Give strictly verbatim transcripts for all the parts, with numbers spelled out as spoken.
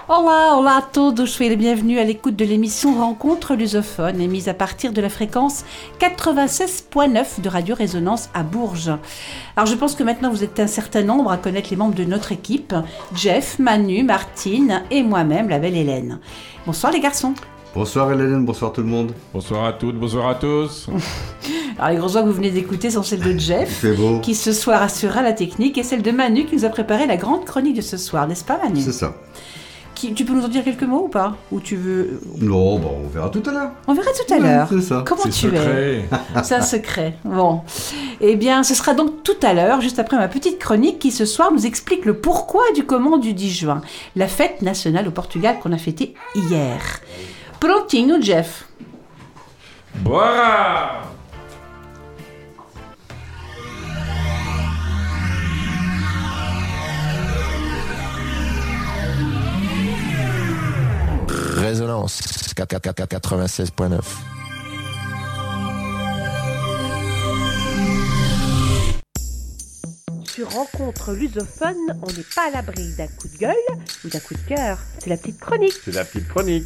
Hola, hola a todos, soyez les bienvenus à l'écoute de l'émission Rencontre lusophone, émise à partir de la fréquence quatre-vingt-seize virgule neuf de Radio Résonance à Bourges. Alors je pense que maintenant vous êtes un certain nombre à connaître les membres de notre équipe, Jeff, Manu, Martine et moi-même, la belle Hélène. Bonsoir les garçons. Bonsoir Hélène, bonsoir tout le monde. Bonsoir à toutes, bonsoir à tous. Alors les grosses voix que vous venez d'écouter sont celles de Jeff, qui ce soir assurera la technique, et celles de Manu qui nous a préparé la grande chronique de ce soir, n'est-ce pas Manu ? C'est ça. Qui, tu peux nous en dire quelques mots ou pas ? Ou tu veux... Non, bon, on verra tout à l'heure. On verra tout à l'heure. Ouais, c'est ça. Comment c'est tu secret. es ? C'est un secret. Bon. Eh bien, ce sera donc tout à l'heure, juste après ma petite chronique qui ce soir nous explique le pourquoi du comment du dix juin, la fête nationale au Portugal qu'on a fêtée hier. Prontinho, Jeff. Bora! Résonance quatre-vingt-seize virgule neuf. Sur Rencontre lusophone, on n'est pas à l'abri d'un coup de gueule ou d'un coup de cœur. C'est la petite chronique. C'est la petite chronique.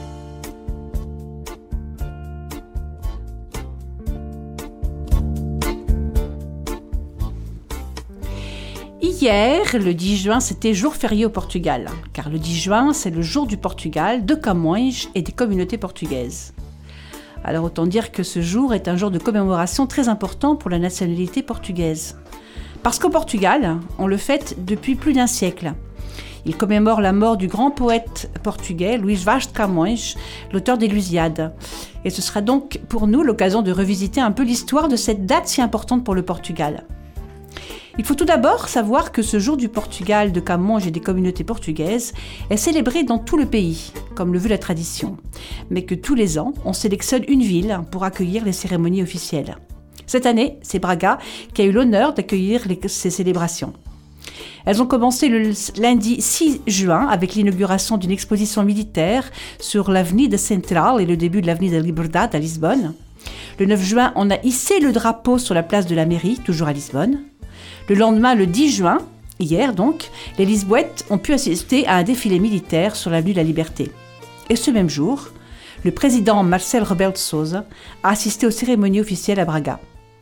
Hier, le dix juin, c'était jour férié au Portugal, car le dix juin, c'est le jour du Portugal, de Camões et des communautés portugaises. Alors autant dire que ce jour est un jour de commémoration très important pour la nationalité portugaise. Parce qu'au Portugal, on le fête depuis plus d'un siècle. Il commémore la mort du grand poète portugais Luís Vaz de Camões, l'auteur des Lusíadas. Et ce sera donc pour nous l'occasion de revisiter un peu l'histoire de cette date si importante pour le Portugal. Il faut tout d'abord savoir que ce jour du Portugal, de Camões et des communautés portugaises est célébré dans tout le pays, comme le veut la tradition, mais que tous les ans, on sélectionne une ville pour accueillir les cérémonies officielles. Cette année, c'est Braga qui a eu l'honneur d'accueillir les, ces célébrations. Elles ont commencé le lundi six juin avec l'inauguration d'une exposition militaire sur l'Avenida Central et le début de l'Avenida Liberdade à Lisbonne. Le neuf juin, on a hissé le drapeau sur la place de la mairie, toujours à Lisbonne. Le lendemain, le dix juin, hier donc, les Lisboètes ont pu assister à un défilé militaire sur l'avenue de la Liberté. Et ce même jour, le président Marcelo Rebelo de Sousa a assisté aux cérémonies officielles à Braga.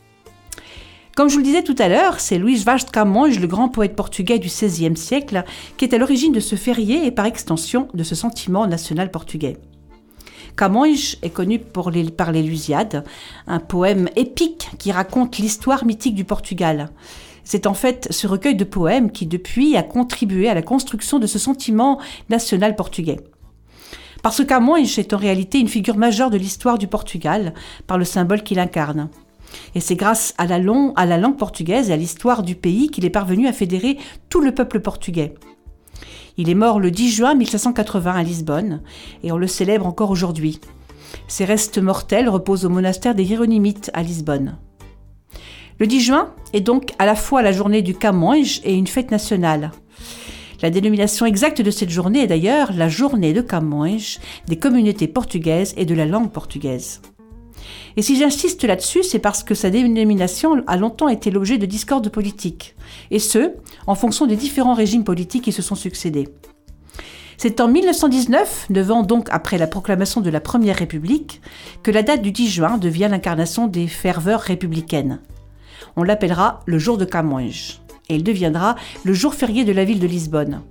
Comme je vous le disais tout à l'heure, c'est Luís Vaz de Camões, le grand poète portugais du seizième siècle, qui est à l'origine de ce férié et par extension de ce sentiment national portugais. Camões est connu pour les, par les Lusíadas, un poème épique qui raconte l'histoire mythique du Portugal. C'est en fait ce recueil de poèmes qui, depuis, a contribué à la construction de ce sentiment national portugais. Parce que Camões est en réalité une figure majeure de l'histoire du Portugal, par le symbole qu'il incarne. Et c'est grâce à la, long, à la langue portugaise et à l'histoire du pays qu'il est parvenu à fédérer tout le peuple portugais. Il est mort le dix juin mille cinq cent quatre-vingts à Lisbonne, et on le célèbre encore aujourd'hui. Ses restes mortels reposent au monastère des Hiéronymites à Lisbonne. Le dix juin est donc à la fois la journée du Camões et une fête nationale. La dénomination exacte de cette journée est d'ailleurs la journée de Camões, des communautés portugaises et de la langue portugaise. Et si j'insiste là-dessus, c'est parce que sa dénomination a longtemps été l'objet de discordes politiques, et ce, en fonction des différents régimes politiques qui se sont succédés. C'est en mille neuf cent dix-neuf, neuf ans donc après la proclamation de la Première République, que la date du dix juin devient l'incarnation des ferveurs républicaines. On l'appellera le jour de Camões, et il deviendra le jour férié de la ville de Lisbonne.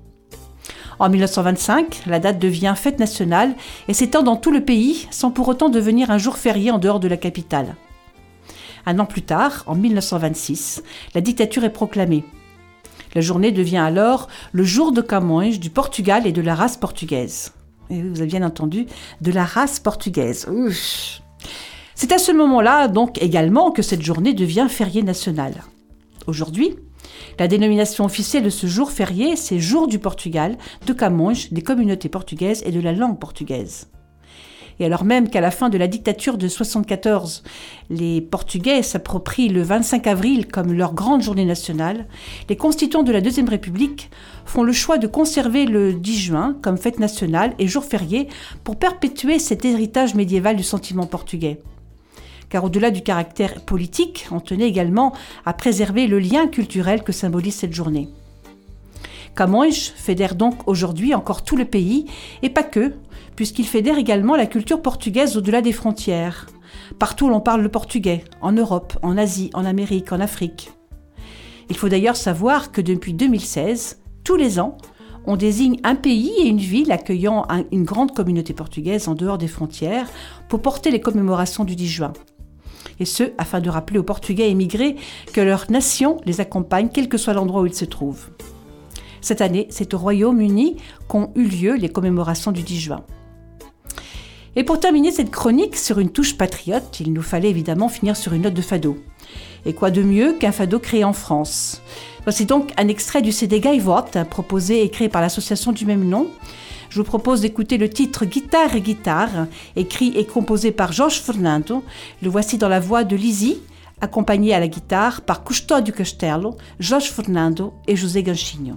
En mille neuf cent vingt-cinq, la date devient fête nationale et s'étend dans tout le pays sans pour autant devenir un jour férié en dehors de la capitale. Un an plus tard, en mille neuf cent vingt-six, la dictature est proclamée. La journée devient alors le jour de Camões du Portugal et de la race portugaise. Et vous avez bien entendu, de la race portugaise. Ouf. C'est à ce moment-là donc également que cette journée devient férié national. Aujourd'hui, la dénomination officielle de ce jour férié, c'est Jour du Portugal, de Camões, des communautés portugaises et de la langue portugaise. Et alors même qu'à la fin de la dictature de soixante-quatorze, les Portugais s'approprient le vingt-cinq avril comme leur grande journée nationale, les constituants de la Deuxième République font le choix de conserver le dix juin comme fête nationale et jour férié pour perpétuer cet héritage médiéval du sentiment portugais. Car au-delà du caractère politique, on tenait également à préserver le lien culturel que symbolise cette journée. Camões fédère donc aujourd'hui encore tout le pays, et pas que, puisqu'il fédère également la culture portugaise au-delà des frontières. Partout où l'on parle le portugais, en Europe, en Asie, en Amérique, en Afrique. Il faut d'ailleurs savoir que depuis deux mille seize, tous les ans, on désigne un pays et une ville accueillant un, une grande communauté portugaise en dehors des frontières pour porter les commémorations du dix juin. Et ce, afin de rappeler aux Portugais émigrés que leur nation les accompagne quel que soit l'endroit où ils se trouvent. Cette année, c'est au Royaume-Uni qu'ont eu lieu les commémorations du dix juin. Et pour terminer cette chronique sur une touche patriote, il nous fallait évidemment finir sur une note de fado. Et quoi de mieux qu'un fado créé en France ? Voici donc un extrait du C D Gaivota, proposé et créé par l'association du même nom. Je vous propose d'écouter le titre Guitare et Guitare, écrit et composé par Jorge Fernando. Le voici dans la voix de Lizzy, accompagné à la guitare par Custódio Castelo, Jorge Fernando et José Ganchinho.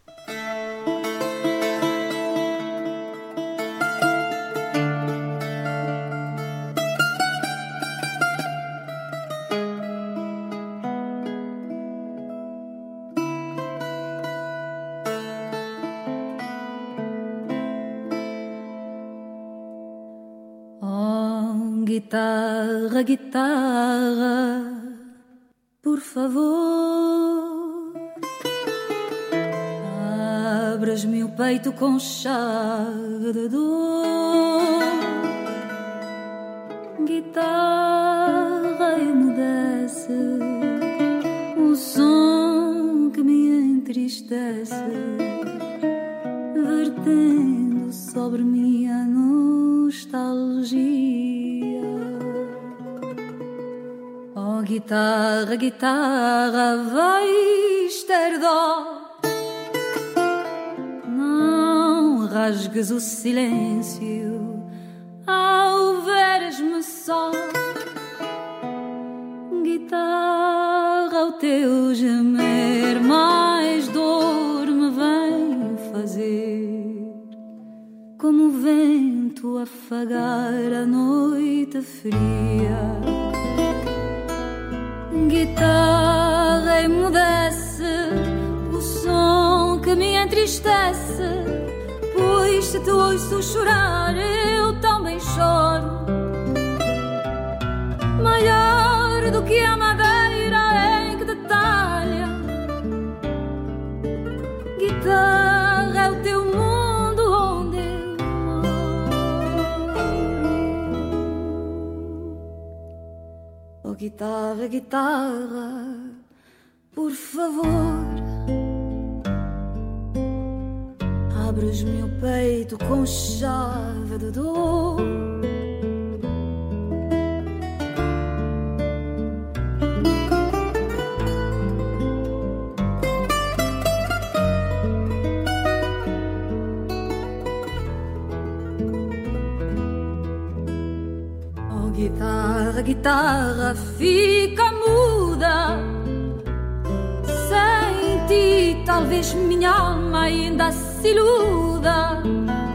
Guitarra, guitarra, por favor, abras-me o peito com chave de dor. Guitarra, emudece o som que me entristece, vertendo sobre mim a nostalgia. Oh, guitarra, guitarra, vais ter dó. Não rasgues o silêncio ao veres-me só. Guitarra, o teu gemer mais dor me vem fazer, como o vento afagar a noite fria. Guitarra, emudece o som que me entristece, pois se te ouço chorar eu também choro. Maior do que a madeira em que detalha, guitarra é o teu mundo onde eu moro. Oh, guitarra, guitarra, por favor, abres-me o peito com chave de dor. Oh, guitarra, guitarra, fica muda. Sem ti talvez minha alma ainda se iluda.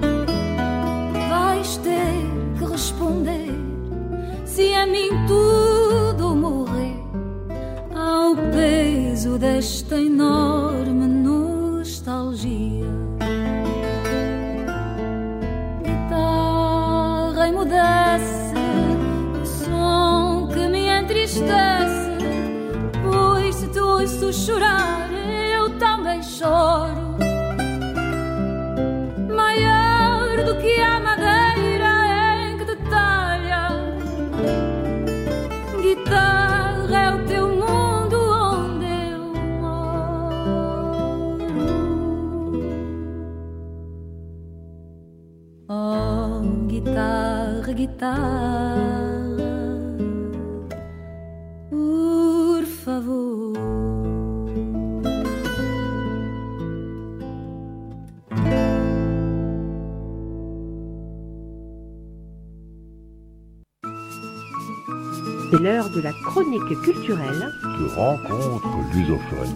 Vais ter que responder se a mim tudo morrer, ao peso desta enorme nostalgia. Guitarra, emudece o som que me entristece, pois se te ouço chorar eu também choro. Maior do que a madeira em que detalha, guitarra é o teu mundo onde eu moro. Oh, guitarra, guitarra, por favor. C'est l'heure de la chronique culturelle de rencontres lusophones.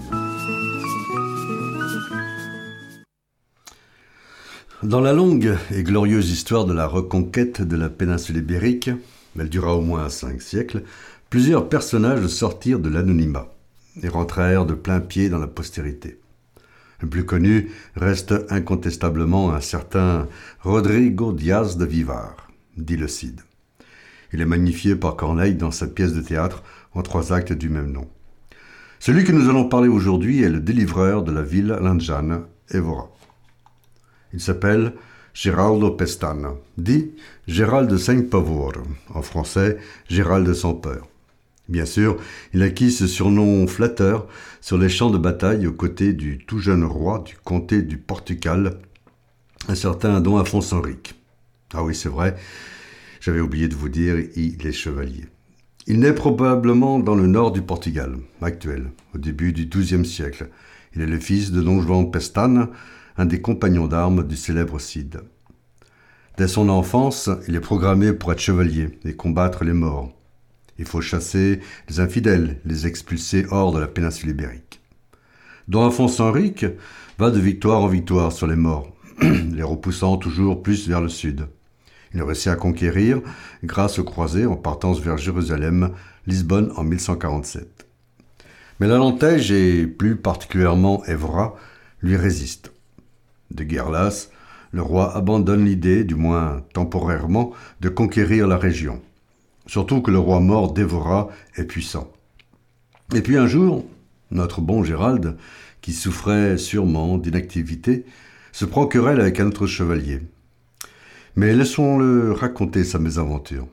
Dans la longue et glorieuse histoire de la reconquête de la péninsule ibérique, elle dura au moins cinq siècles, plusieurs personnages sortirent de l'anonymat et rentrèrent de plain pied dans la postérité. Le plus connu reste incontestablement un certain Rodrigo Diaz de Vivar, dit le Cid. Il est magnifié par Corneille dans sa pièce de théâtre en trois actes du même nom. Celui que nous allons parler aujourd'hui est le délivreur de la ville landjane, Évora. Il s'appelle Geraldo Pestana, dit Gérald de Saint-Pavour, en français Gérald de sans peur. Bien sûr, il acquit ce surnom flatteur sur les champs de bataille aux côtés du tout jeune roi du comté du Portugal, un certain Don Afonso Henrique. Ah oui, c'est vrai, j'avais oublié de vous dire, il est chevalier. Il naît probablement dans le nord du Portugal, actuel, au début du douzième siècle. Il est le fils de Don João Pestana, un des compagnons d'armes du célèbre Cid. Dès son enfance, il est programmé pour être chevalier et combattre les morts. Il faut chasser les infidèles, les expulser hors de la péninsule ibérique. Don Afonso Henrique va de victoire en victoire sur les morts, les repoussant toujours plus vers le sud. Il réussit à conquérir, grâce aux croisés en partance vers Jérusalem, Lisbonne en mille cent quarante-sept. Mais la Lantège, et plus particulièrement Évora, lui résiste. De guerre lasse, le roi abandonne l'idée, du moins temporairement, de conquérir la région. Surtout que le roi mort d'Évora est puissant. Et puis un jour, notre bon Gérald, qui souffrait sûrement d'inactivité, se prend querelle avec un autre chevalier. Mais laissons-le raconter sa mésaventure.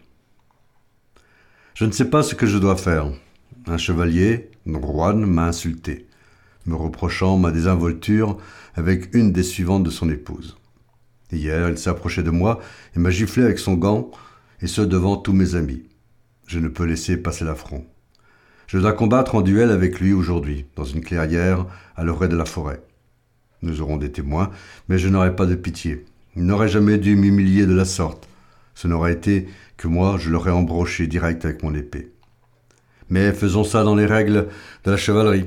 Je ne sais pas ce que je dois faire. Un chevalier, Juan, m'a insulté, me reprochant ma désinvolture avec une des suivantes de son épouse. Hier, il s'est approché de moi et m'a giflé avec son gant, et ce devant tous mes amis. Je ne peux laisser passer l'affront. Je dois combattre en duel avec lui aujourd'hui, dans une clairière à l'orée de la forêt. Nous aurons des témoins, mais je n'aurai pas de pitié. Il n'aurait jamais dû m'humilier de la sorte. Ce n'aurait été que moi, je l'aurais embroché direct avec mon épée. Mais faisons ça dans les règles de la chevalerie.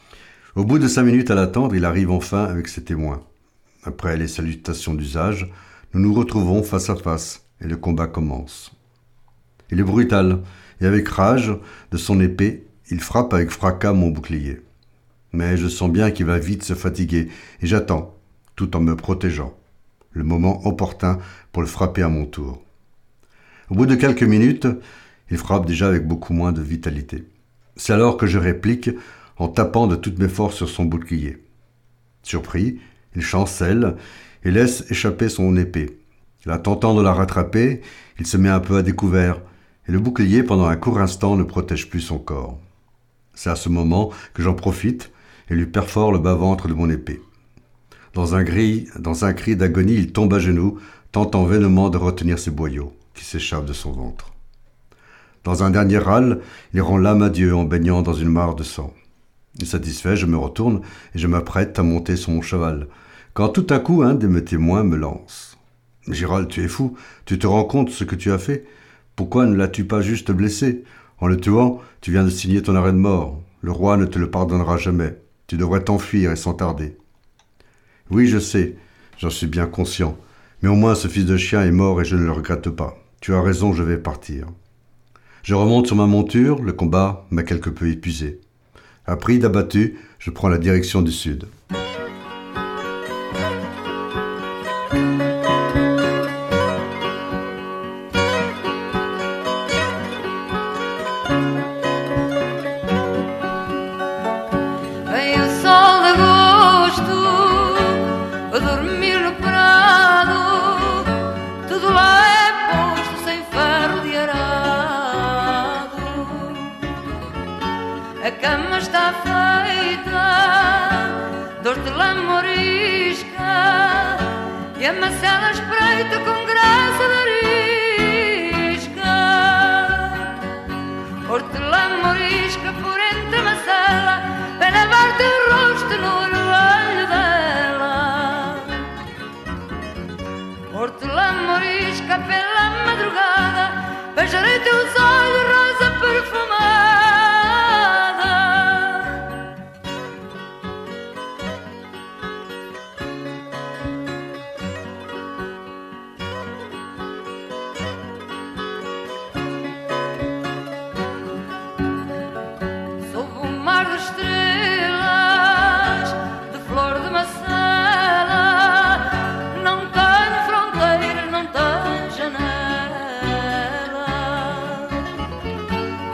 Au bout de cinq minutes à l'attendre, il arrive enfin avec ses témoins. Après les salutations d'usage, nous nous retrouvons face à face et le combat commence. Il est brutal et avec rage de son épée, il frappe avec fracas mon bouclier. Mais je sens bien qu'il va vite se fatiguer et j'attends, tout en me protégeant, le moment opportun pour le frapper à mon tour. Au bout de quelques minutes, il frappe déjà avec beaucoup moins de vitalité. C'est alors que je réplique en tapant de toutes mes forces sur son bouclier. Surpris, il chancelle et laisse échapper son épée. La tentant de la rattraper, il se met un peu à découvert, et le bouclier, pendant un court instant, ne protège plus son corps. C'est à ce moment que j'en profite et lui perfore le bas-ventre de mon épée. Dans un, gris, dans un cri d'agonie, il tombe à genoux, tentant vainement de retenir ses boyaux, qui s'échappent de son ventre. Dans un dernier râle, il rend l'âme à Dieu en baignant dans une mare de sang. Satisfait, je me retourne et je m'apprête à monter sur mon cheval, quand tout à coup un de mes témoins me lance. « Gérald, tu es fou, tu te rends compte de ce que tu as fait? Pourquoi ne l'as-tu pas juste blessé? En le tuant, tu viens de signer ton arrêt de mort. Le roi ne te le pardonnera jamais. Tu devrais t'enfuir et sans tarder. » Oui, je sais, j'en suis bien conscient, mais au moins ce fils de chien est mort et je ne le regrette pas. Tu as raison, je vais partir. Je remonte sur ma monture, le combat m'a quelque peu épuisé. À prix d'abattu, je prends la direction du sud. A cama está feita de hortelã morisca e a macela espreita com graça de arisca. Hortelã morisca por entre a macela, vem lavar teu rosto no orvalho dela. Hortelã morisca pela madrugada, beijarei teus olhos, rosa perfumada. Sob o mar de estrelas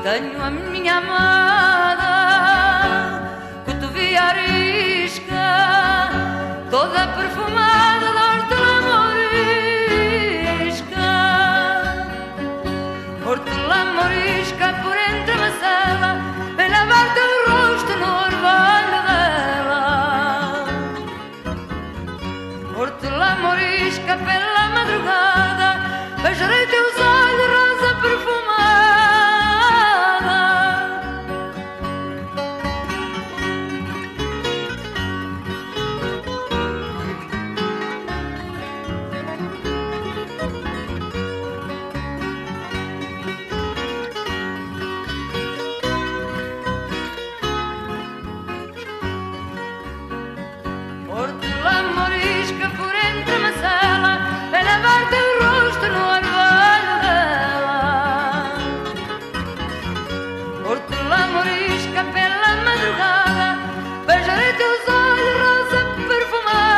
tenho a minha amada, cotovia arisca, toda perfumada de hortelã morisca. Hortelã morisca por entre a macela, vem lavar teu rosto no orvalho dela. Hortelã morisca pela madrugada, beijarei teus olhos, rosa perfumada. Hortelã morisca por entre a macela, vem lavar teu rosto no orvalho dela. Hortelã morisca pela madrugada, beijarei teus olhos, rosa perfumada.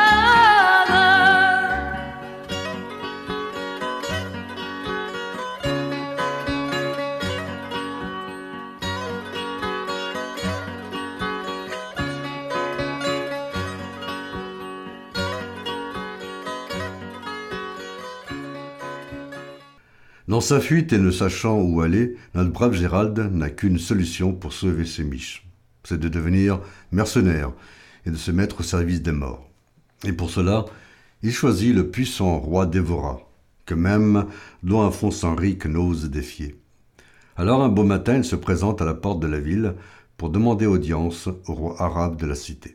Dans sa fuite et ne sachant où aller, notre brave Gérald n'a qu'une solution pour sauver ses miches. C'est de devenir mercenaire et de se mettre au service des morts. Et pour cela, il choisit le puissant roi d'Évora, que même Don Alphonse Henrique n'ose défier. Alors un beau matin, il se présente à la porte de la ville pour demander audience au roi arabe de la cité.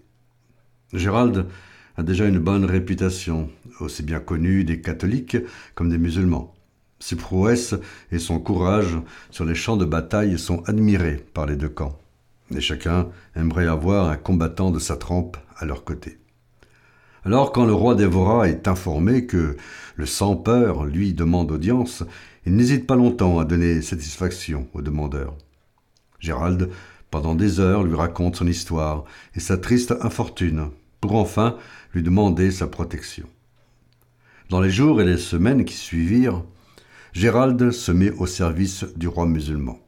Gérald a déjà une bonne réputation, aussi bien connu des catholiques comme des musulmans. Ses prouesses et son courage sur les champs de bataille sont admirés par les deux camps, et chacun aimerait avoir un combattant de sa trempe à leur côté. Alors quand le roi d'Évora est informé que le sans-peur lui demande audience, il n'hésite pas longtemps à donner satisfaction au demandeur. Gérald, pendant des heures, lui raconte son histoire et sa triste infortune, pour enfin lui demander sa protection. Dans les jours et les semaines qui suivirent, Gérald se met au service du roi musulman.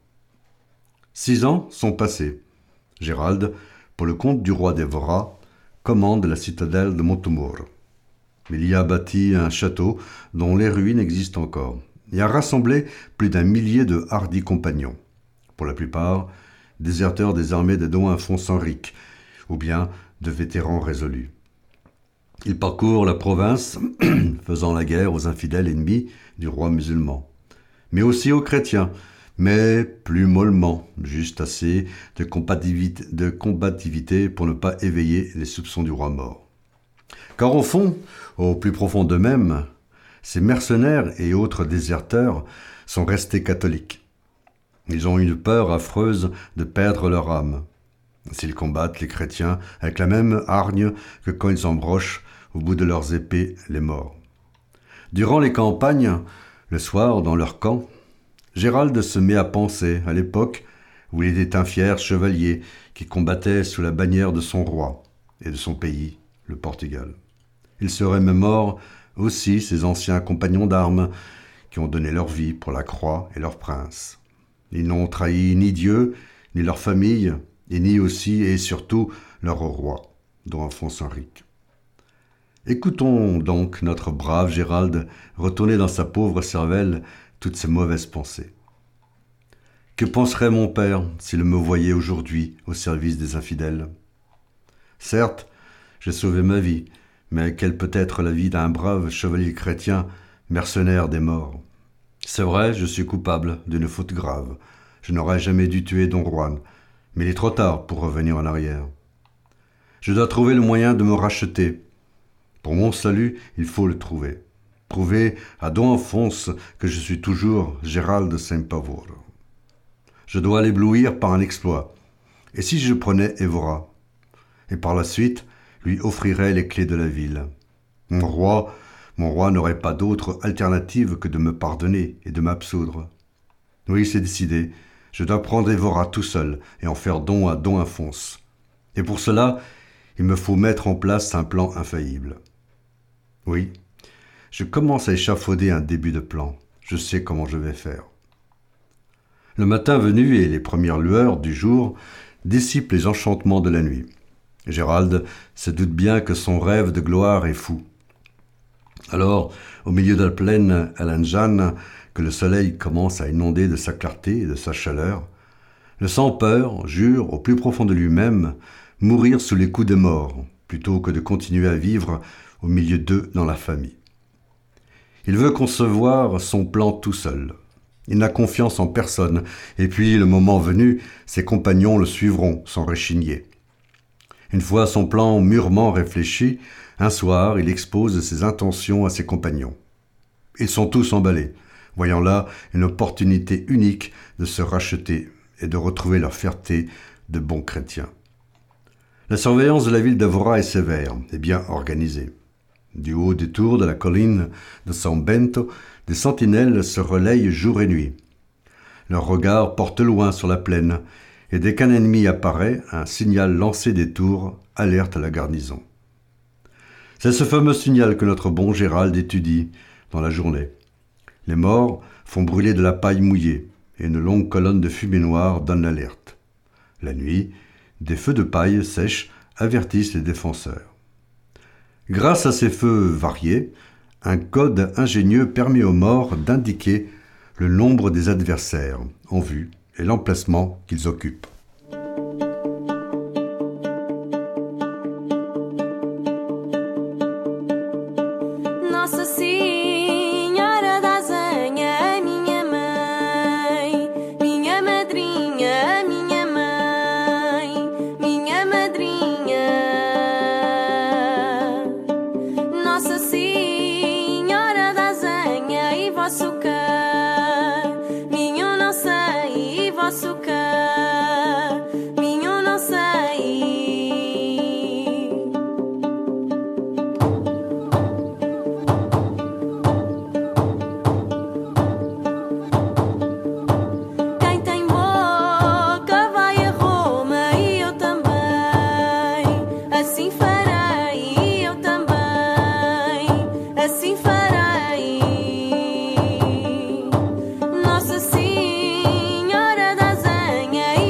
Six ans sont passés. Gérald, pour le compte du roi d'Évora, commande la citadelle de Montemor. Il y a bâti un château dont les ruines existent encore et a rassemblé plus d'un millier de hardis compagnons, pour la plupart déserteurs des armées de Don Alphonse Henrique ou bien de vétérans résolus. Il parcourt la province, faisant la guerre aux infidèles ennemis du roi musulman, mais aussi aux chrétiens, mais plus mollement, juste assez de combativité, de combativité pour ne pas éveiller les soupçons du roi mort. Car au fond, au plus profond d'eux-mêmes, ces mercenaires et autres déserteurs sont restés catholiques. Ils ont une peur affreuse de perdre leur âme. S'ils combattent les chrétiens avec la même hargne que quand ils embrochent au bout de leurs épées les morts. Durant les campagnes, le soir, dans leur camp, Gérald se met à penser à l'époque où il était un fier chevalier qui combattait sous la bannière de son roi et de son pays, le Portugal. Il serait même mort aussi ses anciens compagnons d'armes qui ont donné leur vie pour la croix et leur prince. Ils n'ont trahi ni Dieu, ni leur famille, et ni aussi et surtout leur roi, Don Alphonse Henrique. Écoutons donc notre brave Gérald retourner dans sa pauvre cervelle toutes ces mauvaises pensées. Que penserait mon père s'il me voyait aujourd'hui au service des infidèles ? Certes, j'ai sauvé ma vie, mais quelle peut être la vie d'un brave chevalier chrétien, mercenaire des morts ? C'est vrai, je suis coupable d'une faute grave. Je n'aurais jamais dû tuer Don Juan, mais il est trop tard pour revenir en arrière. Je dois trouver le moyen de me racheter. Pour mon salut, il faut le trouver. Prouver à Don Alphonse que je suis toujours Gérald de Saint-Pavour. Je dois l'éblouir par un exploit. Et si je prenais Évora ? Et par la suite, lui offrirais les clés de la ville. Mon roi, mon roi n'aurait pas d'autre alternative que de me pardonner et de m'absoudre. Oui, c'est décidé. Je dois prendre Évora tout seul et en faire don à Don Alphonse. Et pour cela, il me faut mettre en place un plan infaillible. Oui, je commence à échafauder un début de plan. Je sais comment je vais faire. Le matin venu et les premières lueurs du jour dissipent les enchantements de la nuit. Gérald se doute bien que son rêve de gloire est fou. Alors, au milieu de la plaine Alanjan, que le soleil commence à inonder de sa clarté et de sa chaleur, le sans-peur jure au plus profond de lui-même mourir sous les coups des morts, plutôt que de continuer à vivre au milieu d'eux dans la famille. Il veut concevoir son plan tout seul. Il n'a confiance en personne, et puis, le moment venu, ses compagnons le suivront sans rechigner. Une fois son plan mûrement réfléchi, un soir, il expose ses intentions à ses compagnons. Ils sont tous emballés, voyant là une opportunité unique de se racheter et de retrouver leur fierté de bons chrétiens. La surveillance de la ville d'Avora est sévère et bien organisée. Du haut des tours de la colline de San Bento, des sentinelles se relayent jour et nuit. Leur regard porte loin sur la plaine, et dès qu'un ennemi apparaît, un signal lancé des tours alerte la garnison. C'est ce fameux signal que notre bon Gérald étudie dans la journée. Les morts font brûler de la paille mouillée, et une longue colonne de fumée noire donne l'alerte. La nuit, des feux de paille sèches avertissent les défenseurs. Grâce à ces feux variés, un code ingénieux permet aux morts d'indiquer le nombre des adversaires en vue et l'emplacement qu'ils occupent. Nossa Senhora da Zenha, minha mãe, minha madrinha, minha mãe, minha madrinha. Nossa Senhora da Zenha e vosso caminho não sei, e vosso caminho não sei. Quem tem boca vai a Roma e eu também, assim farei, e eu também, assim farei. Nossa Senhora da Zenha e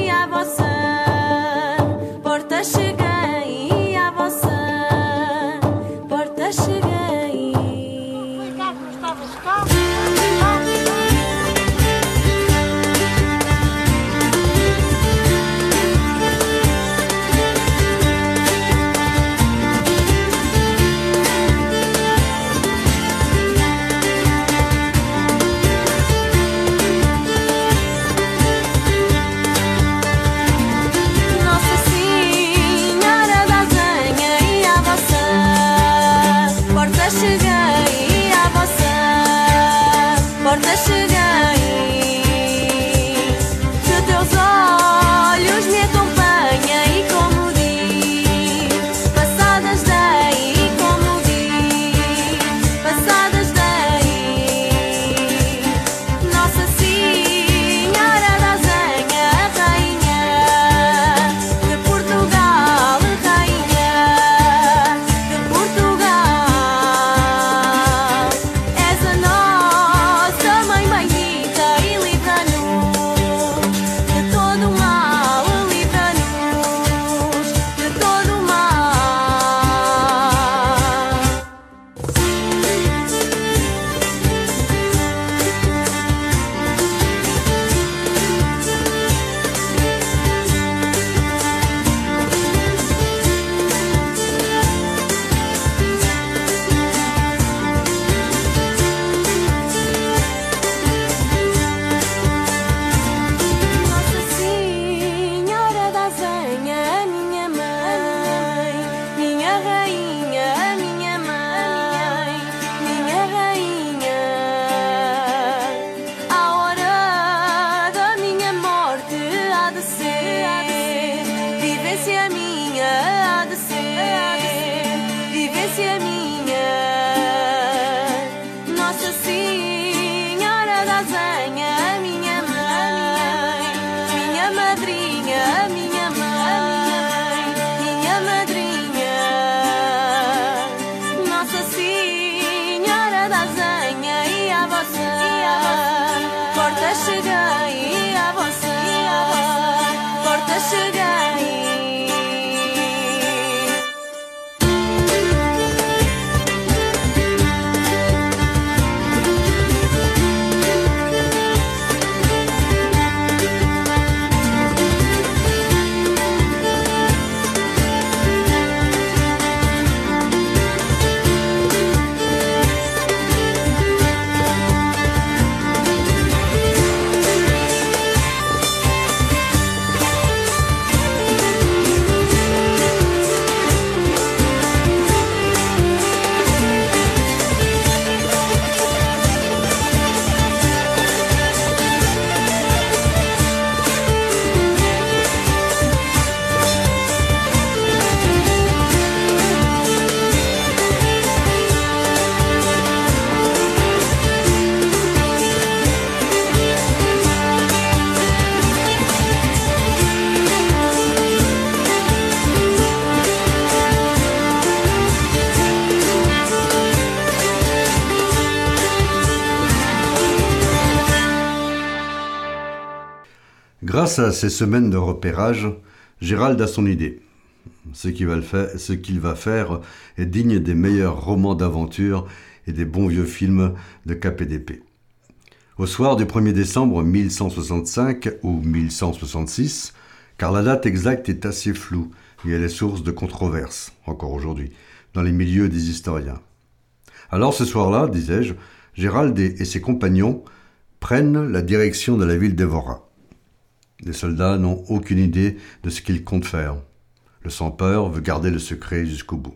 Grâce à ces semaines de repérage, Gérald a son idée. Ce qu'il va, le faire, ce qu'il va faire est digne des meilleurs romans d'aventure et des bons vieux films de K P D P. Au soir du premier décembre mille cent soixante-cinq ou mille cent soixante-six, car la date exacte est assez floue et elle est source de controverses, encore aujourd'hui, dans les milieux des historiens. Alors ce soir-là, disais-je, Gérald et ses compagnons prennent la direction de la ville d'Evora. Les soldats n'ont aucune idée de ce qu'ils comptent faire. Le sans-peur veut garder le secret jusqu'au bout.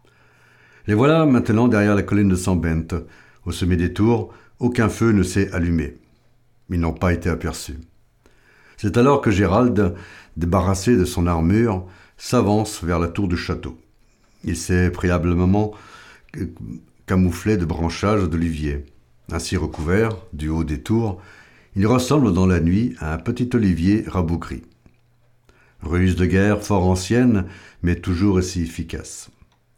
Les voilà maintenant derrière la colline de Sambent. Au sommet des tours, aucun feu ne s'est allumé. Ils n'ont pas été aperçus. C'est alors que Gérald, débarrassé de son armure, s'avance vers la tour du château. Il s'est préalablement camouflé de branchages d'olivier. Ainsi recouvert, du haut des tours, il ressemble dans la nuit à un petit olivier rabougri. Ruse de guerre fort ancienne, mais toujours aussi efficace.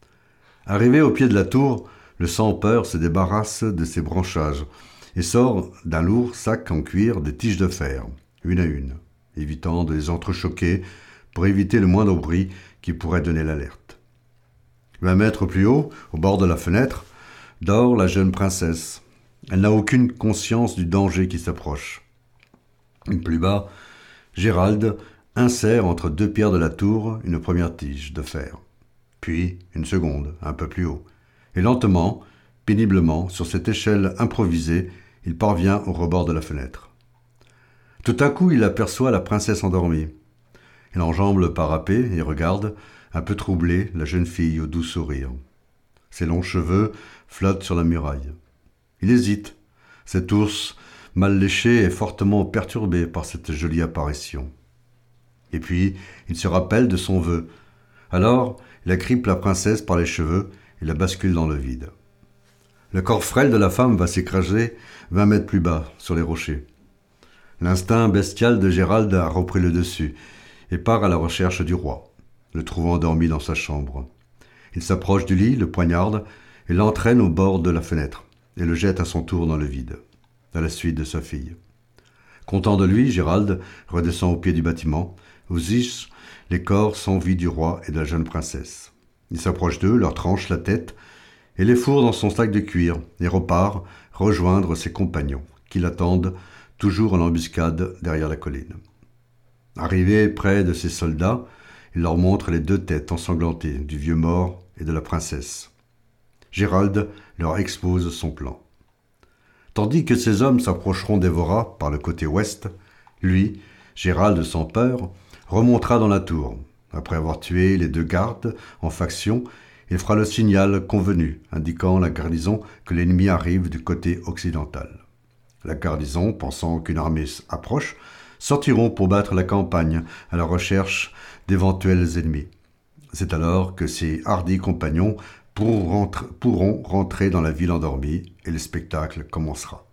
Arrivé au pied de la tour, le sans-peur se débarrasse de ses branchages et sort d'un lourd sac en cuir des tiges de fer, une à une, évitant de les entrechoquer pour éviter le moindre bruit qui pourrait donner l'alerte. Vingt mètres plus haut, au bord de la fenêtre, dort la jeune princesse. Elle n'a aucune conscience du danger qui s'approche. Plus bas, Gérald insère entre deux pierres de la tour une première tige de fer, puis une seconde, un peu plus haut. Et lentement, péniblement, sur cette échelle improvisée, il parvient au rebord de la fenêtre. Tout à coup, il aperçoit la princesse endormie. Il enjambe le parapet et regarde, un peu troublé, la jeune fille au doux sourire. Ses longs cheveux flottent sur la muraille. Il hésite. Cet ours mal léché est fortement perturbé par cette jolie apparition. Et puis, il se rappelle de son vœu. Alors, il agrippe la princesse par les cheveux et la bascule dans le vide. Le corps frêle de la femme va s'écraser vingt mètres plus bas, sur les rochers. L'instinct bestial de Gérald a repris le dessus et part à la recherche du roi, le trouvant endormi dans sa chambre. Il s'approche du lit, le poignarde et l'entraîne au bord de la fenêtre et le jette à son tour dans le vide, à la suite de sa fille. Content de lui, Gérald redescend au pied du bâtiment, où gisent les corps sans vie du roi et de la jeune princesse. Il s'approche d'eux, leur tranche la tête et les fourre dans son sac de cuir et repart rejoindre ses compagnons, qui l'attendent toujours en embuscade derrière la colline. Arrivé près de ses soldats, il leur montre les deux têtes ensanglantées du vieux mort et de la princesse. Gérald leur expose son plan. Tandis que ces hommes s'approcheront d'Evora par le côté ouest, lui, Gérald sans peur, remontera dans la tour. Après avoir tué les deux gardes en faction, il fera le signal convenu, indiquant la garnison que l'ennemi arrive du côté occidental. La garnison, pensant qu'une armée approche, sortiront pour battre la campagne à la recherche d'éventuels ennemis. C'est alors que ses hardis compagnons pourront rentrer, pourront rentrer dans la ville endormie et le spectacle commencera.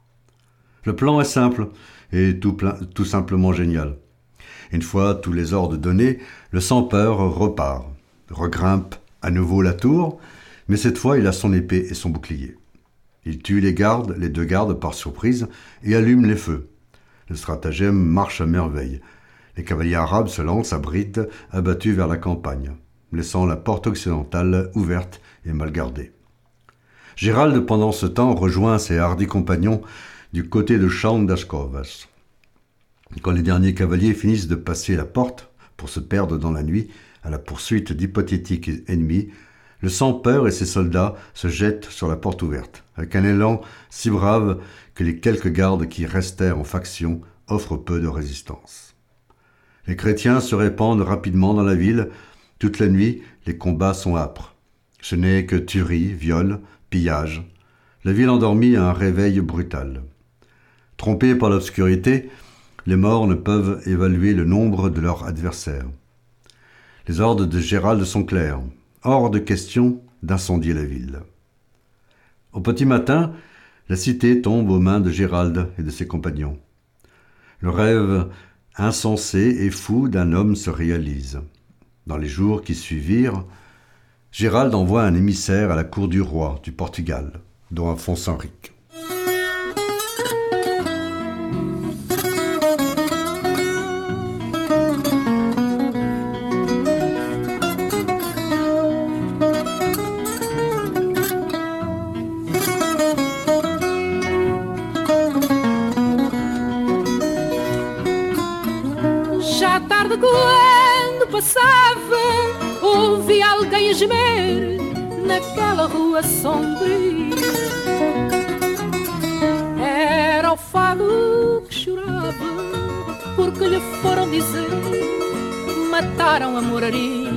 Le plan est simple et tout, plein, tout simplement génial. Une fois tous les ordres donnés, le sans-peur repart, regrimpe à nouveau la tour, mais cette fois il a son épée et son bouclier. Il tue les gardes, les deux gardes par surprise et allume les feux. Le stratagème marche à merveille. Les cavaliers arabes se lancent à bride, abattus vers la campagne, laissant la porte occidentale ouverte et mal gardée. Gérald, pendant ce temps, rejoint ses hardis compagnons du côté de Champ d'Ashkovas. Quand les derniers cavaliers finissent de passer la porte pour se perdre dans la nuit à la poursuite d'hypothétiques ennemis, le sans-peur et ses soldats se jettent sur la porte ouverte, avec un élan si brave que les quelques gardes qui restèrent en faction offrent peu de résistance. Les chrétiens se répandent rapidement dans la ville. Toute la nuit, les combats sont âpres. Ce n'est que tuerie, viol, pillage. La ville endormie a un réveil brutal. Trompés par l'obscurité, les morts ne peuvent évaluer le nombre de leurs adversaires. Les ordres de Gérald sont clairs. Hors de question d'incendier la ville. Au petit matin, la cité tombe aux mains de Gérald et de ses compagnons. Le rêve insensé et fou d'un homme se réalise. Dans les jours qui suivirent, Gérald envoie un émissaire à la cour du roi du Portugal, dont Afonso Henrique. Já tarde quando passava, ouvi alguém a gemer naquela rua sombria. Era o fado que chorava, porque lhe foram dizer mataram a moraria.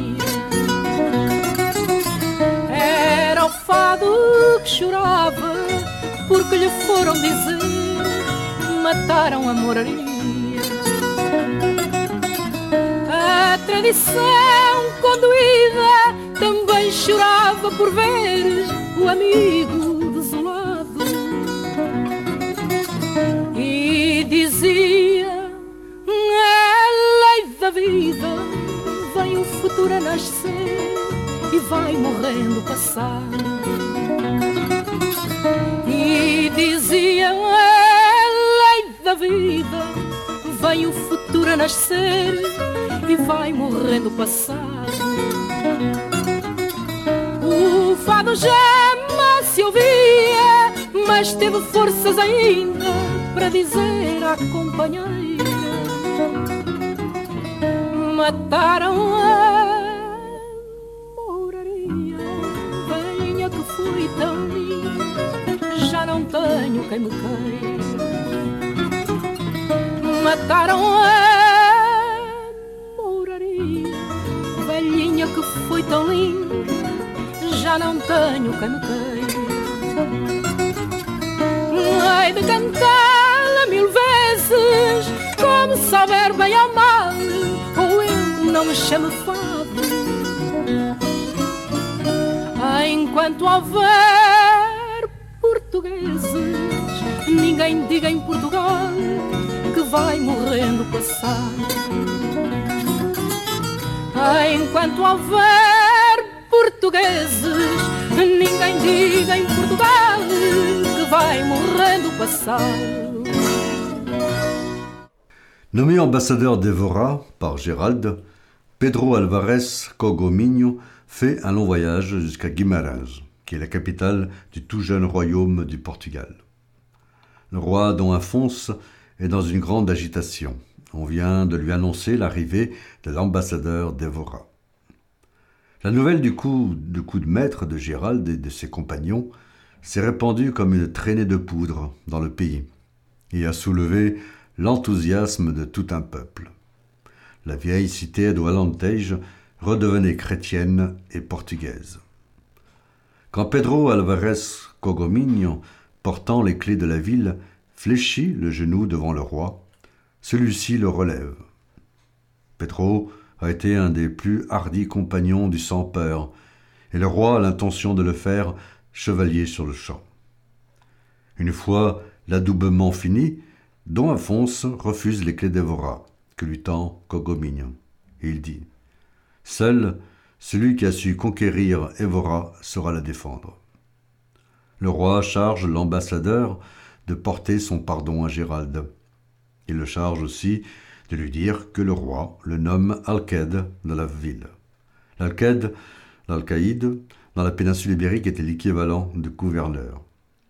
Era o fado que chorava, porque lhe foram dizer mataram a moraria. A tradição condoída também chorava por ver o amigo desolado e dizia: é lei da vida, vem o futuro a nascer e vai morrendo o passado. E dizia: é lei da vida, vem o futuro a nascer e vai morrendo o passado. O fado jamais se ouvia, mas teve forças ainda para dizer à companheira: mataram a moraria, venha que foi tão linda, já não tenho quem me queira. Mataram a moraria, velhinha que foi tão linda, já não tenho quem me queira. Hei de cantá-la mil vezes, como souber bem ou mal, ou eu não me chamo fado. Enquanto houver portugueses, ninguém diga em Portugal que vai morrendo o passado. Enquanto houver portugueses, ninguém diga em Portugal que vai morrendo o passado. Nommé ambassadeur d'Evora par Gérald, Pedro Álvarez Cogominho fait un long voyage jusqu'à Guimarães, qui est la capitale du tout jeune royaume du Portugal. Le roi Dom Afonso est dans une grande agitation. On vient de lui annoncer l'arrivée de l'ambassadeur d'Evora. La nouvelle du coup, du coup de maître de Gérald et de ses compagnons s'est répandue comme une traînée de poudre dans le pays et a soulevé l'enthousiasme de tout un peuple. La vieille cité do Alentejo redevenait chrétienne et portugaise. Quand Pedro Álvarez Cogominho, portant les clés de la ville, fléchit le genou devant le roi, celui-ci le relève. Pedro a été un des plus hardis compagnons du sans-peur, et le roi a l'intention de le faire chevalier sur le champ. Une fois l'adoubement fini, Dom Afonso refuse les clés d'Evora, que lui tend Cogominho, et il dit: « Seul celui qui a su conquérir Evora saura la défendre. » Le roi charge l'ambassadeur de porter son pardon à Gérald. Il le charge aussi de lui dire que le roi le nomme alcaide de la ville. L'alcaide, l'alcaïde, dans la péninsule ibérique était l'équivalent de gouverneur.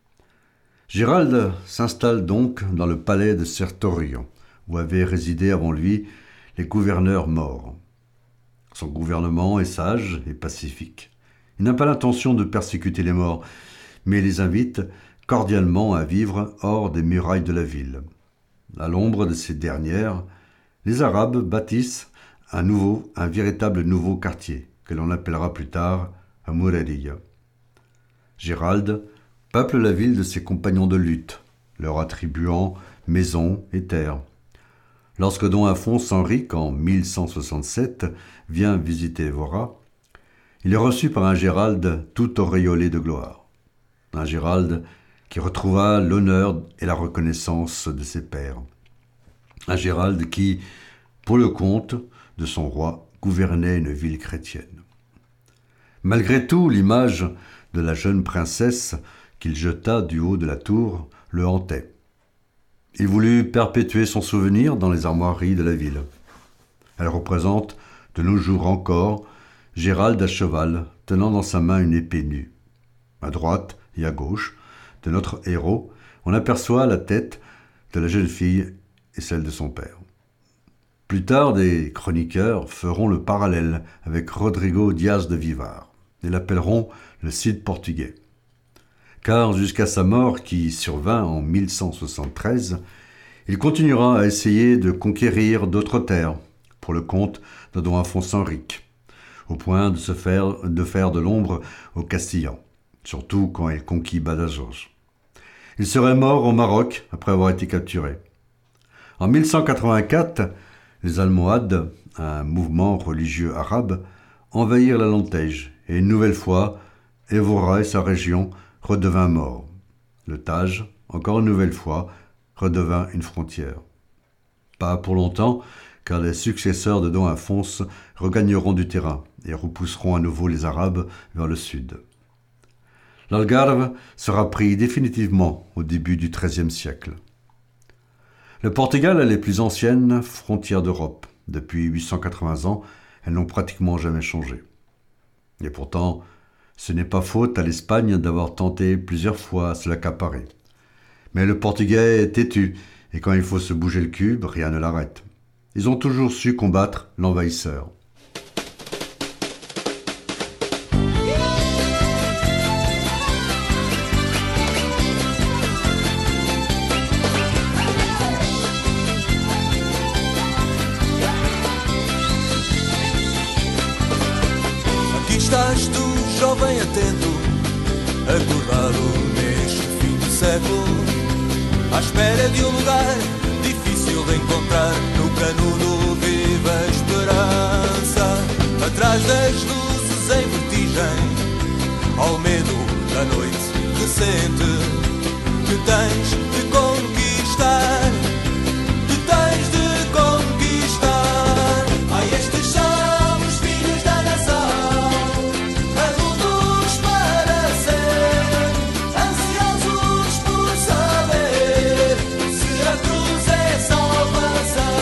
Gérald s'installe donc dans le palais de Sertorio, où avaient résidé avant lui les gouverneurs morts. Son gouvernement est sage et pacifique. Il n'a pas l'intention de persécuter les morts, mais les invite cordialement à vivre hors des murailles de la ville. À l'ombre de ces dernières, les Arabes bâtissent un nouveau, un véritable nouveau quartier, que l'on appellera plus tard Amouraria. Gérald peuple la ville de ses compagnons de lutte, leur attribuant maisons et terres. Lorsque Dom Afonso Henrique, en mille cent soixante-sept, vient visiter Evora, il est reçu par un Gérald tout auréolé de gloire. Un Gérald qui retrouva l'honneur et la reconnaissance de ses pairs. Un Gérald qui, pour le compte de son roi, gouvernait une ville chrétienne. Malgré tout, l'image de la jeune princesse qu'il jeta du haut de la tour le hantait. Il voulut perpétuer son souvenir dans les armoiries de la ville. Elle représente, de nos jours encore, Gérald à cheval, tenant dans sa main une épée nue. À droite et à gauche de notre héros, on aperçoit la tête de la jeune fille et celle de son père. Plus tard, des chroniqueurs feront le parallèle avec Rodrigo Dias de Vivar et l'appelleront le Cid portugais. Car jusqu'à sa mort, qui survint en mille cent soixante-treize, il continuera à essayer de conquérir d'autres terres pour le compte de Don Afonso Henrique, au point de, se faire, de faire de l'ombre aux Castillans, surtout quand il conquit Badajoz. Il serait mort au Maroc après avoir été capturé. En mille cent quatre-vingt-quatre, les Almohades, un mouvement religieux arabe, envahirent la Lantège et une nouvelle fois, Évora et sa région redevint mort. Le Tage, encore une nouvelle fois, redevint une frontière. Pas pour longtemps, car les successeurs de Don Afonso regagneront du terrain et repousseront à nouveau les Arabes vers le sud. L'Algarve sera pris définitivement au début du treizième siècle. Le Portugal est les plus anciennes frontières d'Europe. Depuis huit cent quatre-vingts ans, elles n'ont pratiquement jamais changé. Et pourtant, ce n'est pas faute à l'Espagne d'avoir tenté plusieurs fois à se l'accaparer. Mais le portugais est têtu, et quand il faut se bouger le cul, rien ne l'arrête. Ils ont toujours su combattre l'envahisseur. Aqui estás tu, jovem atento, acordado neste fim de século, à espera de um lugar difícil de encontrar. No canudo vive a esperança, atrás das luzes em vertigem, ao medo da noite recente, que tens de conquistar, que tens de conquistar. Ai, estes são os filhos da nação, adultos para ser, ansiosos por saber se a cruz é salvação.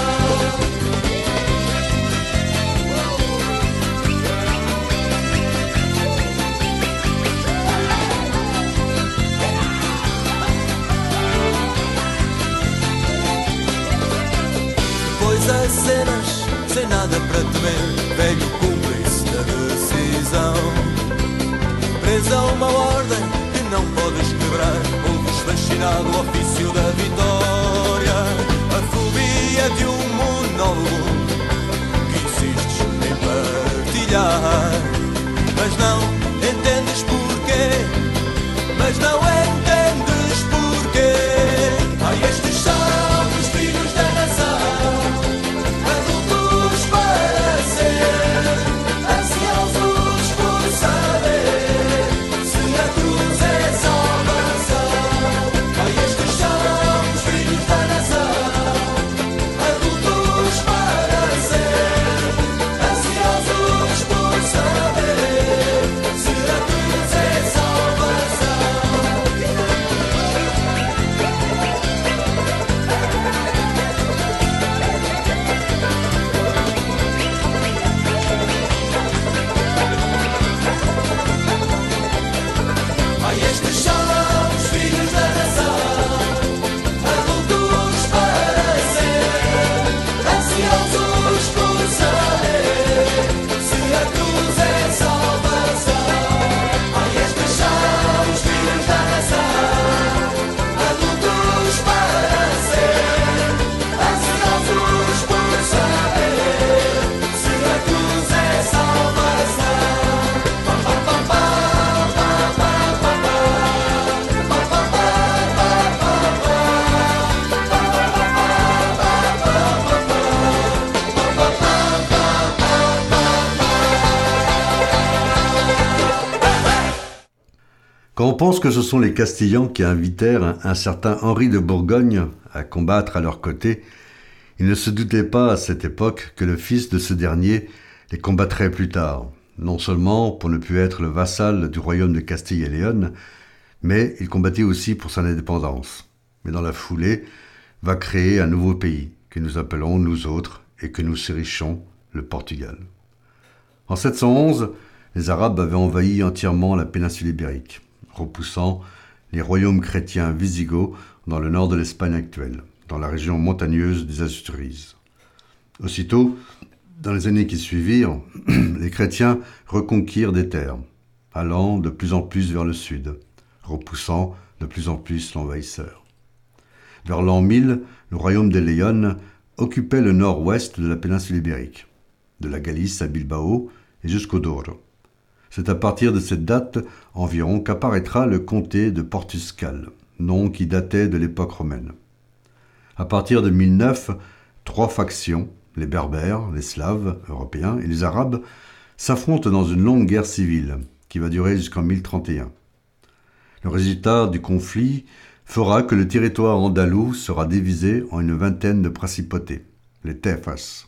Depois as cenas, sem nada para temer, velho cúmplice da decisão, presa a uma ordem que não podes quebrar, ouves fascinado o ofício da vitória, a fobia de um monólogo que insistes em partilhar, mas não entendes porquê, mas não entendes porquê. Ai, estes são os filhos da nação, adultos para ser, ansiosos por saber se a cruz é salvação. Ai, estes são os filhos da nação, adultos para ser, ansiosos por saber se a cruz é salvação. Ai, estes são os filhos da nação, adultos para ser, ansiosos por saber se a cruz é salvação. Ai, estes são os filhos da nação, adultos para ser, ansiosos por saber se a cruz é salvação. Quand on pense que ce sont les Castillans qui invitèrent un, un certain Henri de Bourgogne à combattre à leur côté, ils ne se doutaient pas à cette époque que le fils de ce dernier les combattrait plus tard, non seulement pour ne plus être le vassal du royaume de Castille et Léon, mais il combattit aussi pour son indépendance. Mais dans la foulée, va créer un nouveau pays que nous appelons, nous autres, et que nous chérissons, le Portugal. En sept cent onze, les Arabes avaient envahi entièrement la péninsule ibérique, repoussant les royaumes chrétiens wisigoths dans le nord de l'Espagne actuelle, dans la région montagneuse des Asturies. Aussitôt, dans les années qui suivirent, les chrétiens reconquirent des terres, allant de plus en plus vers le sud, repoussant de plus en plus l'envahisseur. Vers l'an mille, le royaume des Léones occupait le nord-ouest de la péninsule ibérique, de la Galice à Bilbao et jusqu'au Douro. C'est à partir de cette date environ qu'apparaîtra le comté de Portugal, nom qui datait de l'époque romaine. À partir de mille neuf, trois factions, les Berbères, les Slaves européens et les Arabes, s'affrontent dans une longue guerre civile qui va durer jusqu'en mille trente et un. Le résultat du conflit fera que le territoire andalou sera divisé en une vingtaine de principautés, les taifas.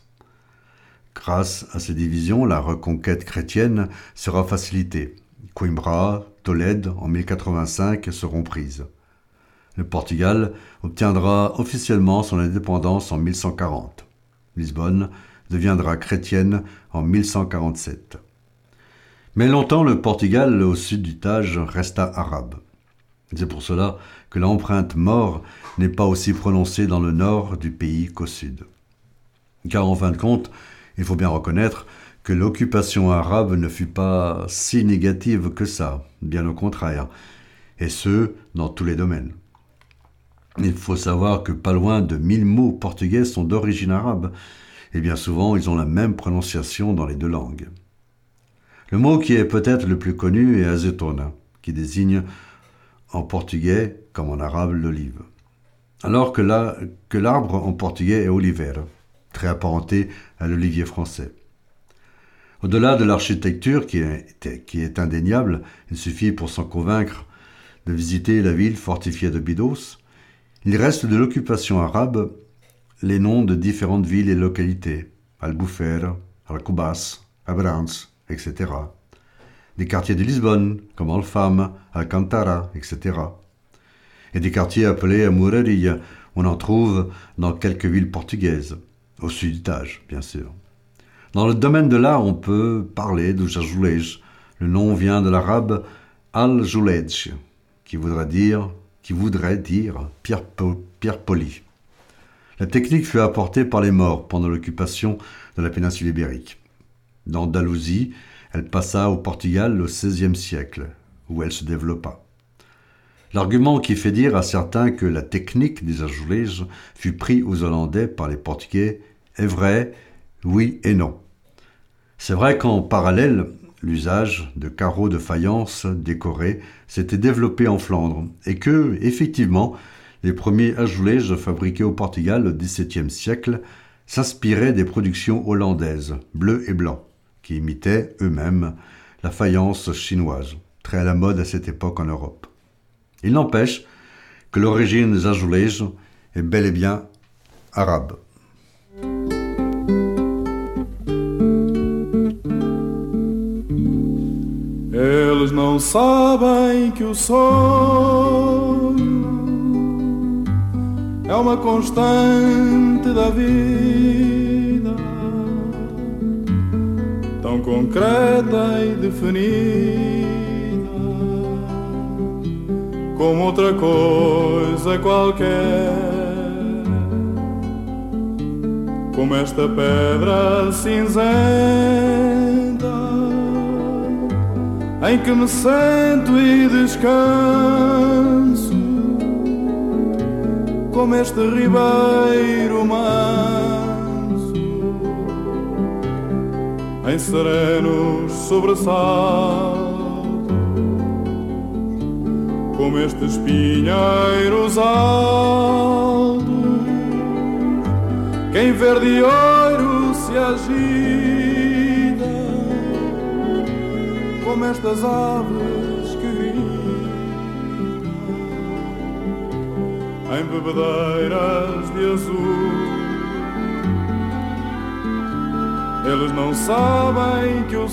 Grâce à ces divisions, la reconquête chrétienne sera facilitée. Coimbra, Tolède, en mille quatre-vingt-cinq, seront prises. Le Portugal obtiendra officiellement son indépendance en mille cent quarante. Lisbonne deviendra chrétienne en mille cent quarante-sept. Mais longtemps, le Portugal, au sud du Tage, resta arabe. C'est pour cela que l'empreinte maure n'est pas aussi prononcée dans le nord du pays qu'au sud. Car en fin de compte, il faut bien reconnaître que l'occupation arabe ne fut pas si négative que ça, bien au contraire, et ce, dans tous les domaines. Il faut savoir que pas loin de mille mots portugais sont d'origine arabe, et bien souvent ils ont la même prononciation dans les deux langues. Le mot qui est peut-être le plus connu est azeitona, qui désigne en portugais comme en arabe l'olive. Alors que, la, que l'arbre en portugais est oliveira, très apparenté à l'olivier français. Au-delà de l'architecture qui est, qui est indéniable, il suffit pour s'en convaincre de visiter la ville fortifiée de Bidos. Il reste de l'occupation arabe les noms de différentes villes et localités, Albufeira, Alcobaça, Abrantes, et cetera. Des quartiers de Lisbonne, comme Alfama, Alcantara, et cetera. Et des quartiers appelés Amouraria, on en trouve dans quelques villes portugaises, au sud du Tage, bien sûr. Dans le domaine de l'art, on peut parler de Azulej. Le nom vient de l'arabe Al-Julej, qui voudrait dire, qui voudrait dire pierre, po- pierre polie. La technique fut apportée par les Maures pendant l'occupation de la péninsule ibérique. D'Andalousie, elle passa au Portugal au seizième siècle, où elle se développa. L'argument qui fait dire à certains que la technique des azulejos fut prise aux Hollandais par les Portugais est vrai, oui et non. C'est vrai qu'en parallèle, l'usage de carreaux de faïence décorés s'était développé en Flandre et que, effectivement, les premiers azulejos fabriqués au Portugal au dix-septième siècle s'inspiraient des productions hollandaises, bleues et blancs, qui imitaient eux-mêmes la faïence chinoise, très à la mode à cette époque en Europe. Il n'empêche que l'origine des azulejos est bel et bien arabe. Eles não sabem que o sonho é uma constante da vida, tão concreta e definida como outra coisa qualquer, como esta pedra cinzenta em que me sento e descanso, como este ribeiro manso em serenos sobressaltos, como estes pinheiros altos que em verde e ouro se agitam, como estas aves que gritam em bebedeiras de azul. Eles não sabem que o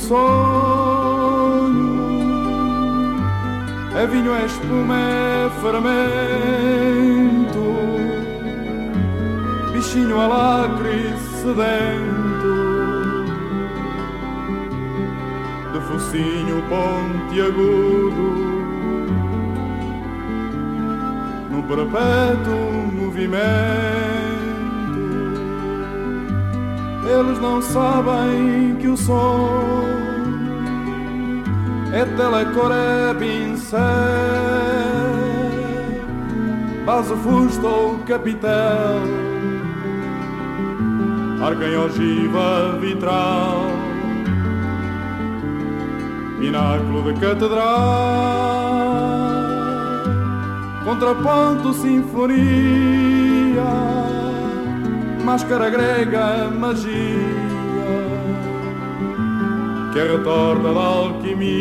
sonho é vinho, é espuma, é fermento, bichinho alacre sedento, de focinho pontiagudo, num perpétuo movimento, Eles não sabem que o som é telecor, é pincel, base, fusto ou capitel, arcanha, ogiva, vitral, pináculo de catedral, contraponto, sinfonia, máscara grega, magia, que é retorta da alquimista,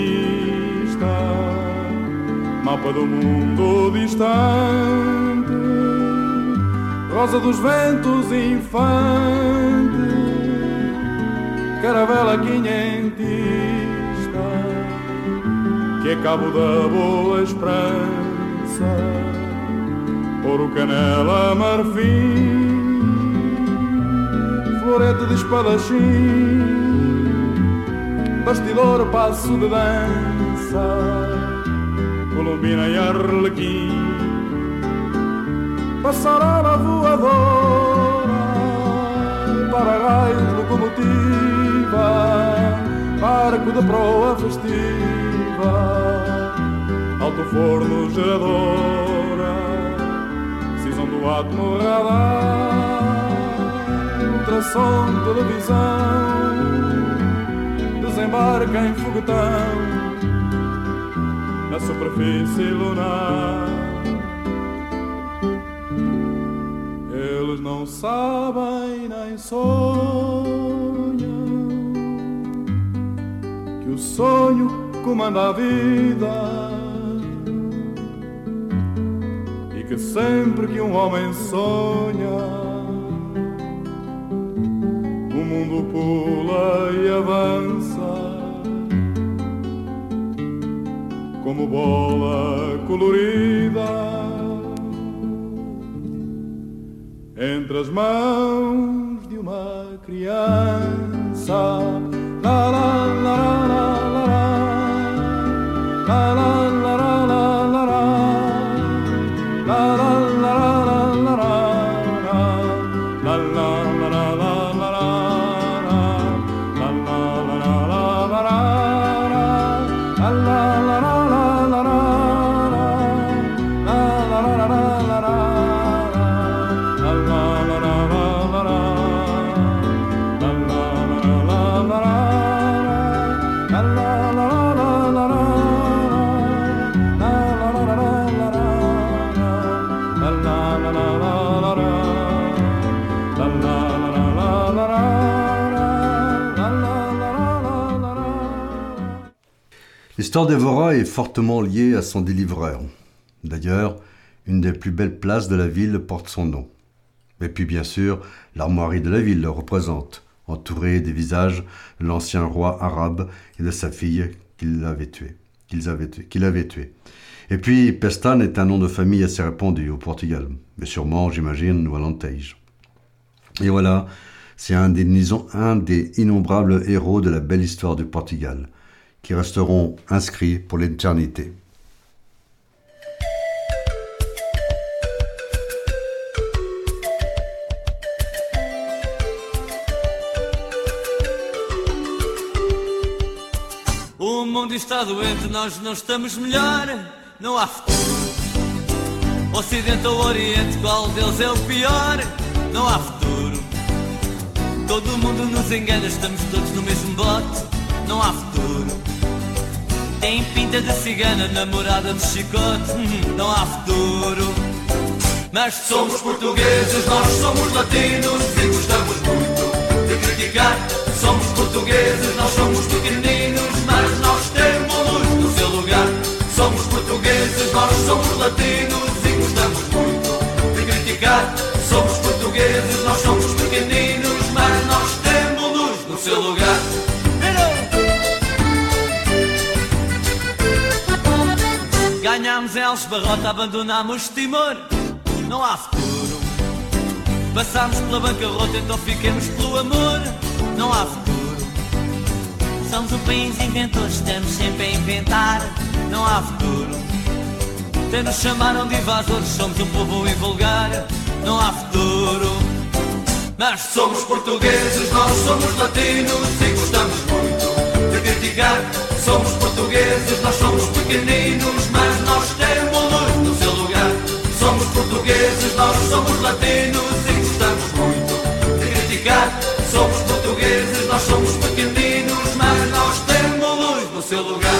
mapa do mundo distante, rosa dos ventos infante, caravela quinhentista, que é cabo da boa esperança, ouro, canela, marfim, florete de espadachim, bastidor, passo de dança, colombina e arlequim, passarela voadora, para-raios, locomotiva, barco de proa festiva, alto forno, geradora, cisão do átomo, radar, ultrassom, televisão, desembarca em foguetão na superfície lunar. Eles não sabem nem sonham que o sonho comanda a vida e que sempre que um homem sonha o mundo pula e avança como bola colorida entre as mãos de uma criança. La la la la la la la la la la la la la L'histoire d'Evora est fortement liée à son délivreur. D'ailleurs, une des plus belles places de la ville porte son nom. Et puis bien sûr, l'armoirie de la ville le représente, entouré des visages de l'ancien roi arabe et de sa fille qu'il avait tué, qu'ils avaient tué, qu'il avait tué. Et puis, Pestan est un nom de famille assez répandu au Portugal, mais sûrement, j'imagine, ou à l'Anteige. Et voilà, c'est un des, un des innombrables héros de la belle histoire du Portugal, qui resteront inscrits pour l'éternité. O mundo está doente, nós não estamos melhor, não há futuro. Ocidente ou Oriente, qual deles é o pior? Não há futuro. Todo mundo nos engana, estamos todos no mesmo bote, não há futuro. Tem pinta de cigana, namorada de chicote, hum, não há futuro. Mas somos portugueses, nós somos latinos e gostamos muito de criticar. Somos portugueses, nós somos pequeninos, mas nós temos luz no seu lugar. Somos portugueses, nós somos latinos e gostamos muito de criticar. Somos portugueses, nós somos pequeninos, mas nós temos luz no seu lugar. Ganhámos Eles Barrota, abandonámos Timor, não há futuro. Passámos pela bancarrota, então fiquemos pelo amor, não há futuro. Somos um país inventor, estamos sempre a inventar, não há futuro. Até nos chamaram de invasores, somos um povo invulgar, não há futuro. Mas somos portugueses, nós somos latinos e gostamos muito de criticar. Somos portugueses, nós somos pequeninos, mas nós temos no seu lugar. Somos portugueses, nós somos latinos e gostamos muito de criticar. Somos portugueses, nós somos pequeninos, mas nós temos luz no seu lugar.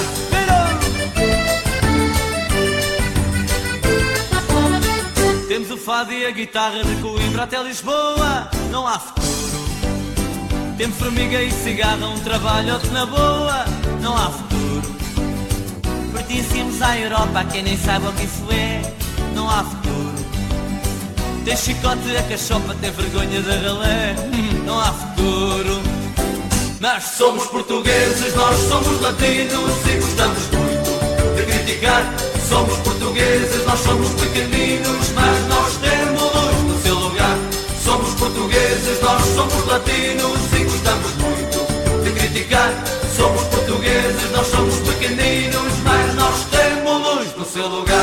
Temos o fado e a guitarra de Coimbra até Lisboa, não há futuro. Temos formiga e cigarro, um trabalho outro na boa, não há futuro. Pertencemos à Europa, quem nem saiba o que isso é, não há futuro. Tem chicote a cachopa, tem vergonha de ralé, não há futuro. Mas somos portugueses, nós somos latinos e gostamos muito de criticar. Somos portugueses, nós somos pequeninos, mas nós temos luz no seu lugar. Somos portugueses, nós somos latinos e gostamos muito de criticar. Somos portugueses, nós somos pequeninos, mas nós temos luz no seu lugar.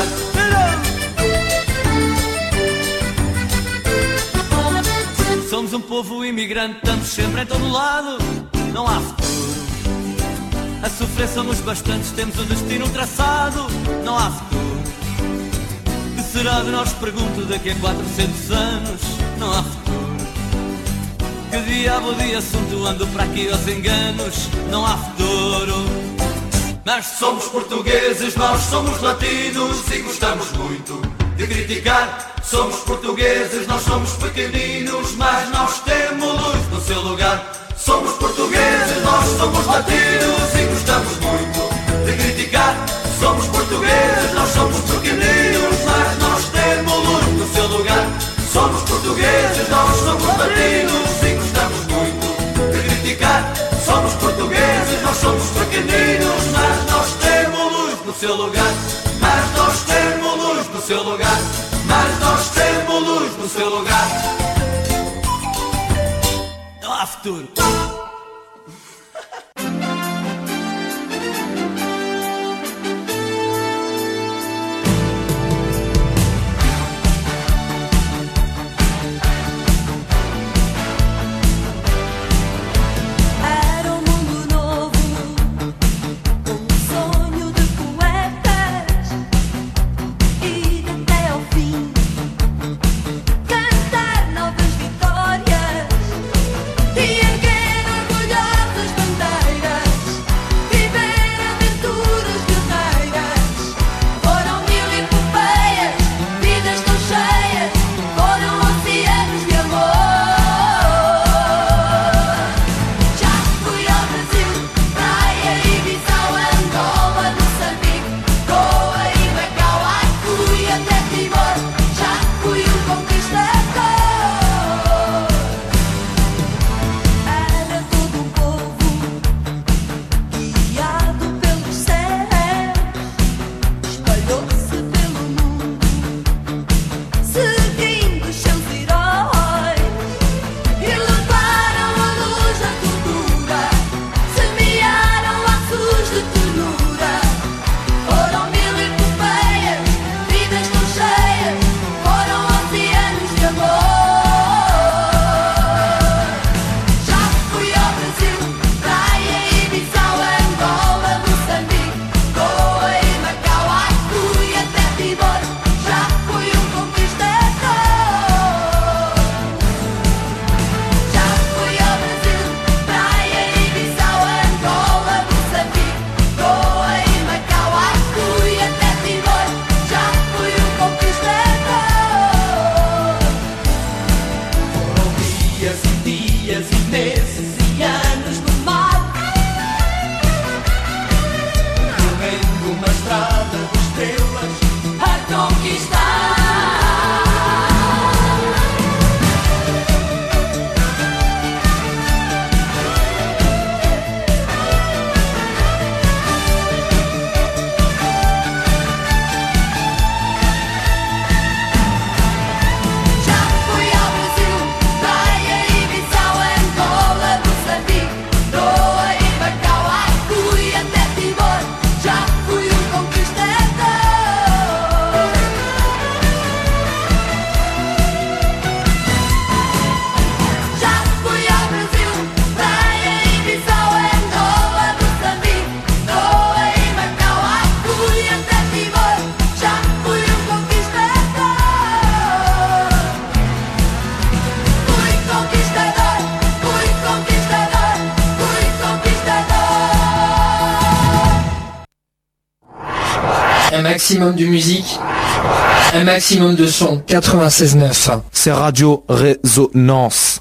Somos um povo imigrante, estamos sempre em todo lado, não há futuro. A sofrer somos bastantes, temos o destino traçado, não há futuro. Que será de nós, pergunto, daqui a quatrocentos anos, não há futuro. Que diabo de assunto ando para aqui aos enganos, não há futuro. Mas somos portugueses, nós somos latinos e gostamos muito de criticar. Somos portugueses, nós somos pequeninos, mas nós temos luz no seu lugar. Somos portugueses, nós somos latinos e gostamos muito de criticar. Somos portugueses, nós somos pequeninos, mas nós temos luz no seu lugar. Somos portugueses, nós somos latinos e gostamos muito de criticar. Somos portugueses, nós somos pequeninos, mas nós temos luz no seu lugar. Mas nós temos luz no seu lugar. Mas nós temos luz no seu lugar. Não há futuro. Era um mundo novo, um sonho de poetas, e até ao fim cantar novas vitórias e erguer orgulhosos maximum de musique, un maximum de son. quatre-vingt-seize neuf. C'est Radio Résonance.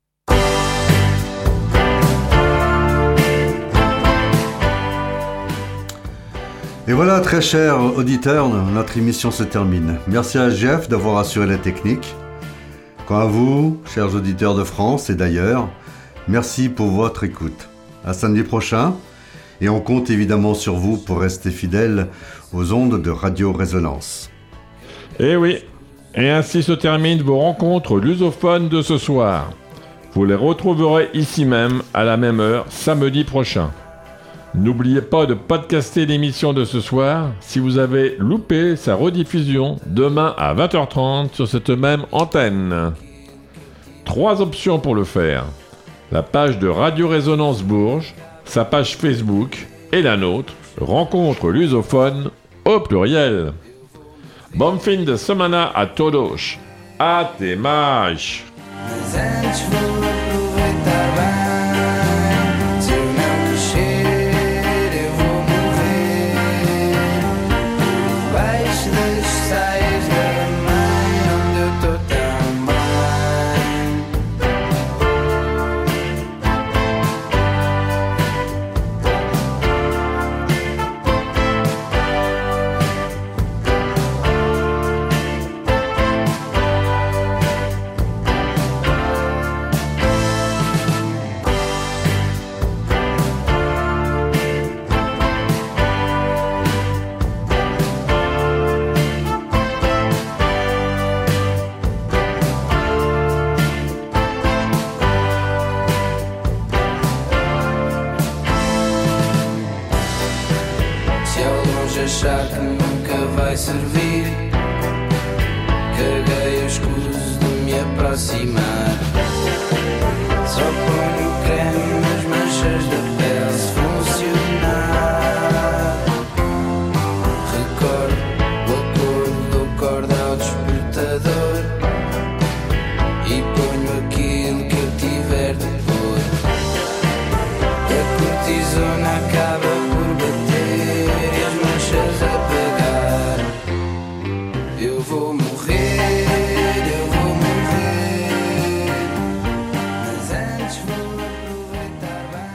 Et voilà, très chers auditeurs, notre émission se termine. Merci à Jeff d'avoir assuré la technique. Quant à vous, chers auditeurs de France et d'ailleurs, merci pour votre écoute. À samedi prochain, et on compte évidemment sur vous pour rester fidèles aux ondes de Radio Résonance. Eh oui, et ainsi se terminent vos rencontres lusophones de ce soir. Vous les retrouverez ici même, à la même heure, samedi prochain. N'oubliez pas de podcaster l'émission de ce soir si vous avez loupé sa rediffusion demain à vingt heures trente sur cette même antenne. Trois options pour le faire. La page de Radio Résonance Bourges, sa page Facebook et la nôtre, Rencontre lusophone au pluriel. Bon fin de semana a todos. Até mais. Achar que nunca vai servir, caguei o escudo de me aproximar. Só ponho creme